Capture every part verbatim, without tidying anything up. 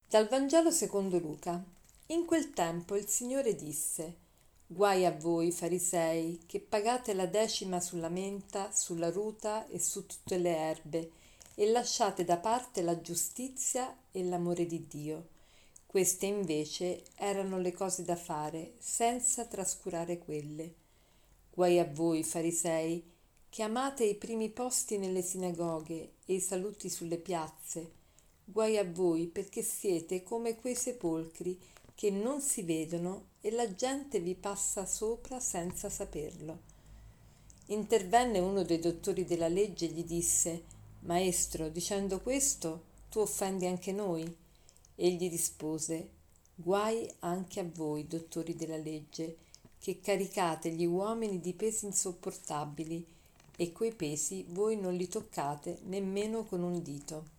Dal Vangelo secondo Luca. In quel tempo il Signore disse: Guai a voi, farisei, che pagate la decima sulla menta, sulla ruta e su tutte le erbe, e lasciate da parte la giustizia e l'amore di Dio. Queste invece erano le cose da fare, senza trascurare quelle. Guai a voi, farisei, che amate i primi posti nelle sinagoghe e i saluti sulle piazze. Guai a voi, perché siete come quei sepolcri che non si vedono e la gente vi passa sopra senza saperlo. Intervenne uno dei dottori della legge e gli disse: Maestro, dicendo questo, tu offendi anche noi? Egli rispose: Guai anche a voi, dottori della legge, che caricate gli uomini di pesi insopportabili, e quei pesi voi non li toccate nemmeno con un dito.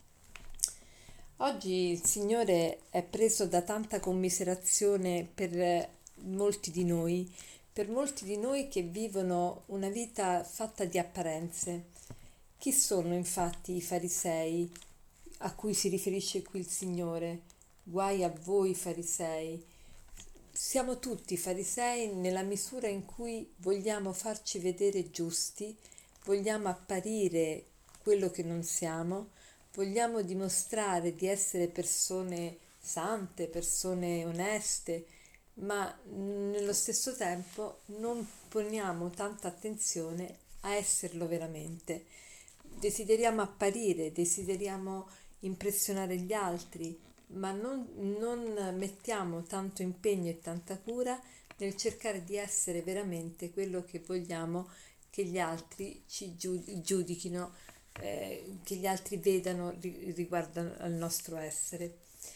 Oggi il Signore è preso da tanta commiserazione per molti di noi, per molti di noi che vivono una vita fatta di apparenze. Chi sono infatti i farisei a cui si riferisce qui il Signore? Guai a voi farisei. Siamo tutti farisei nella misura in cui vogliamo farci vedere giusti, vogliamo apparire quello che non siamo, vogliamo dimostrare di essere persone sante, persone oneste, ma nello stesso tempo non poniamo tanta attenzione a esserlo veramente. Desideriamo apparire, desideriamo impressionare gli altri, ma non, non mettiamo tanto impegno e tanta cura nel cercare di essere veramente quello che vogliamo che gli altri ci giudichino, eh, che gli altri vedano riguardo al nostro essere.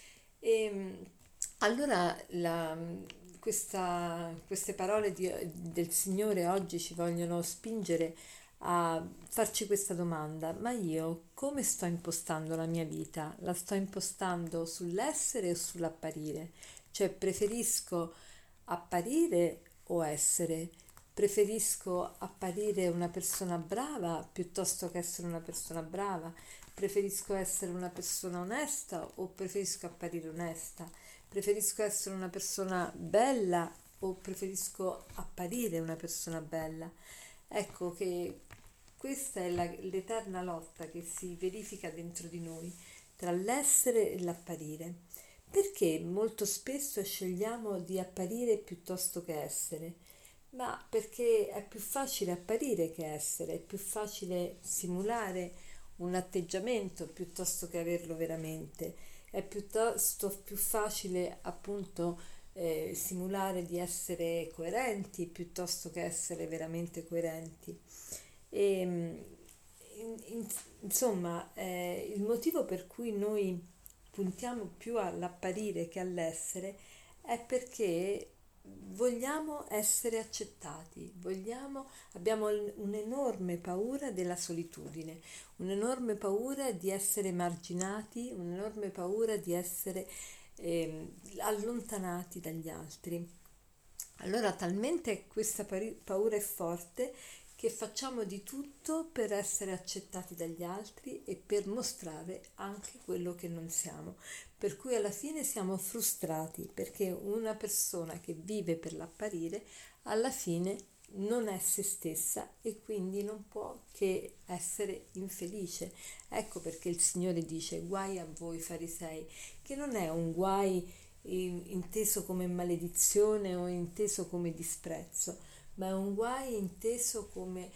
E allora la, questa, queste parole di, del Signore oggi ci vogliono spingere a farci questa domanda: ma io come sto impostando la mia vita? La sto impostando sull'essere o sull'apparire? Cioè preferisco apparire o essere? Preferisco apparire una persona brava piuttosto che essere una persona brava? Preferisco essere una persona onesta o preferisco apparire onesta? Preferisco essere una persona bella o preferisco apparire una persona bella? Ecco che questa è la, l'eterna lotta che si verifica dentro di noi tra l'essere e l'apparire. Perché molto spesso scegliamo di apparire piuttosto che essere? Ma perché è più facile apparire che essere, è più facile simulare un atteggiamento piuttosto che averlo veramente, è piuttosto più facile appunto eh, simulare di essere coerenti piuttosto che essere veramente coerenti. E, in, in, insomma, eh, il motivo per cui noi puntiamo più all'apparire che all'essere è perché vogliamo essere accettati, vogliamo, abbiamo un'enorme paura della solitudine, un'enorme paura di essere marginati, un'enorme paura di essere eh, allontanati dagli altri. Allora talmente questa paura è forte che facciamo di tutto per essere accettati dagli altri e per mostrare anche quello che non siamo, per cui alla fine siamo frustrati perché una persona che vive per l'apparire alla fine non è se stessa e quindi non può che essere infelice. Ecco perché il Signore dice: guai a voi farisei, che non è un guai inteso come maledizione o inteso come disprezzo, ma è un guai inteso come,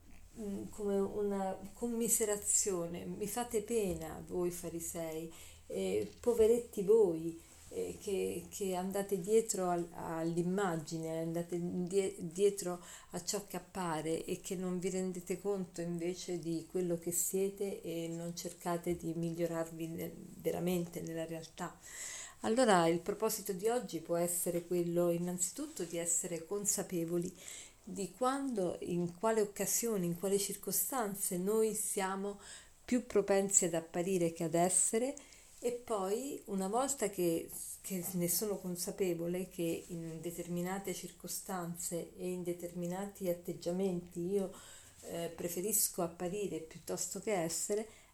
come una commiserazione. Mi fate pena voi farisei, eh, poveretti voi, eh, che, che andate dietro al, all'immagine, andate die, dietro a ciò che appare e che non vi rendete conto invece di quello che siete e non cercate di migliorarvi nel, veramente nella realtà. Allora il proposito di oggi può essere quello innanzitutto di essere consapevoli di quando, in quale occasione, in quale circostanze noi siamo più propensi ad apparire che ad essere, e poi una volta che, che ne sono consapevole che in determinate circostanze e in determinati atteggiamenti io eh, preferisco apparire piuttosto che essere,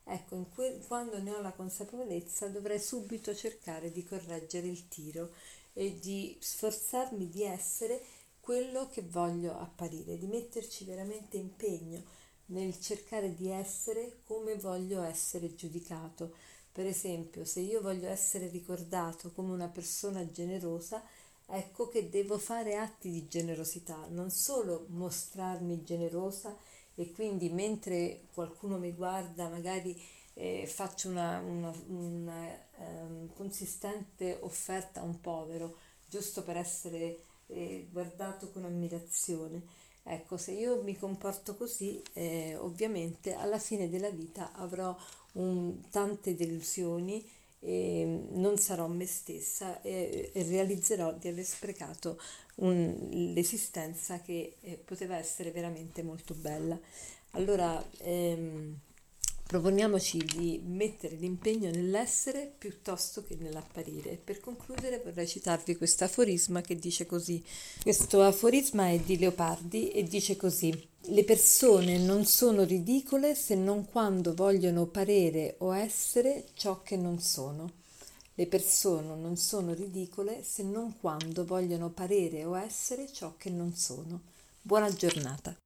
Ecco, in que- quando ne ho la consapevolezza dovrei subito cercare di correggere il tiro e di sforzarmi di essere quello che voglio apparire, di metterci veramente impegno nel cercare di essere come voglio essere giudicato. Per esempio, se io voglio essere ricordato come una persona generosa, ecco che devo fare atti di generosità, non solo mostrarmi generosa e quindi mentre qualcuno mi guarda magari eh, faccio una, una- una, ehm, consistente offerta a un povero, giusto per essere eh, guardato con ammirazione. Ecco, se io mi comporto così, eh, ovviamente alla fine della vita avrò un- tante delusioni e non sarò me stessa e, e realizzerò di aver sprecato un- l'esistenza che eh, poteva essere veramente molto bella. Allora, ehm, proponiamoci di mettere l'impegno nell'essere piuttosto che nell'apparire. Per concludere vorrei citarvi questo aforisma che dice così. Questo aforisma è di Leopardi e dice così: le persone non sono ridicole se non quando vogliono parere o essere ciò che non sono. Le persone non sono ridicole se non quando vogliono parere o essere ciò che non sono. Buona giornata.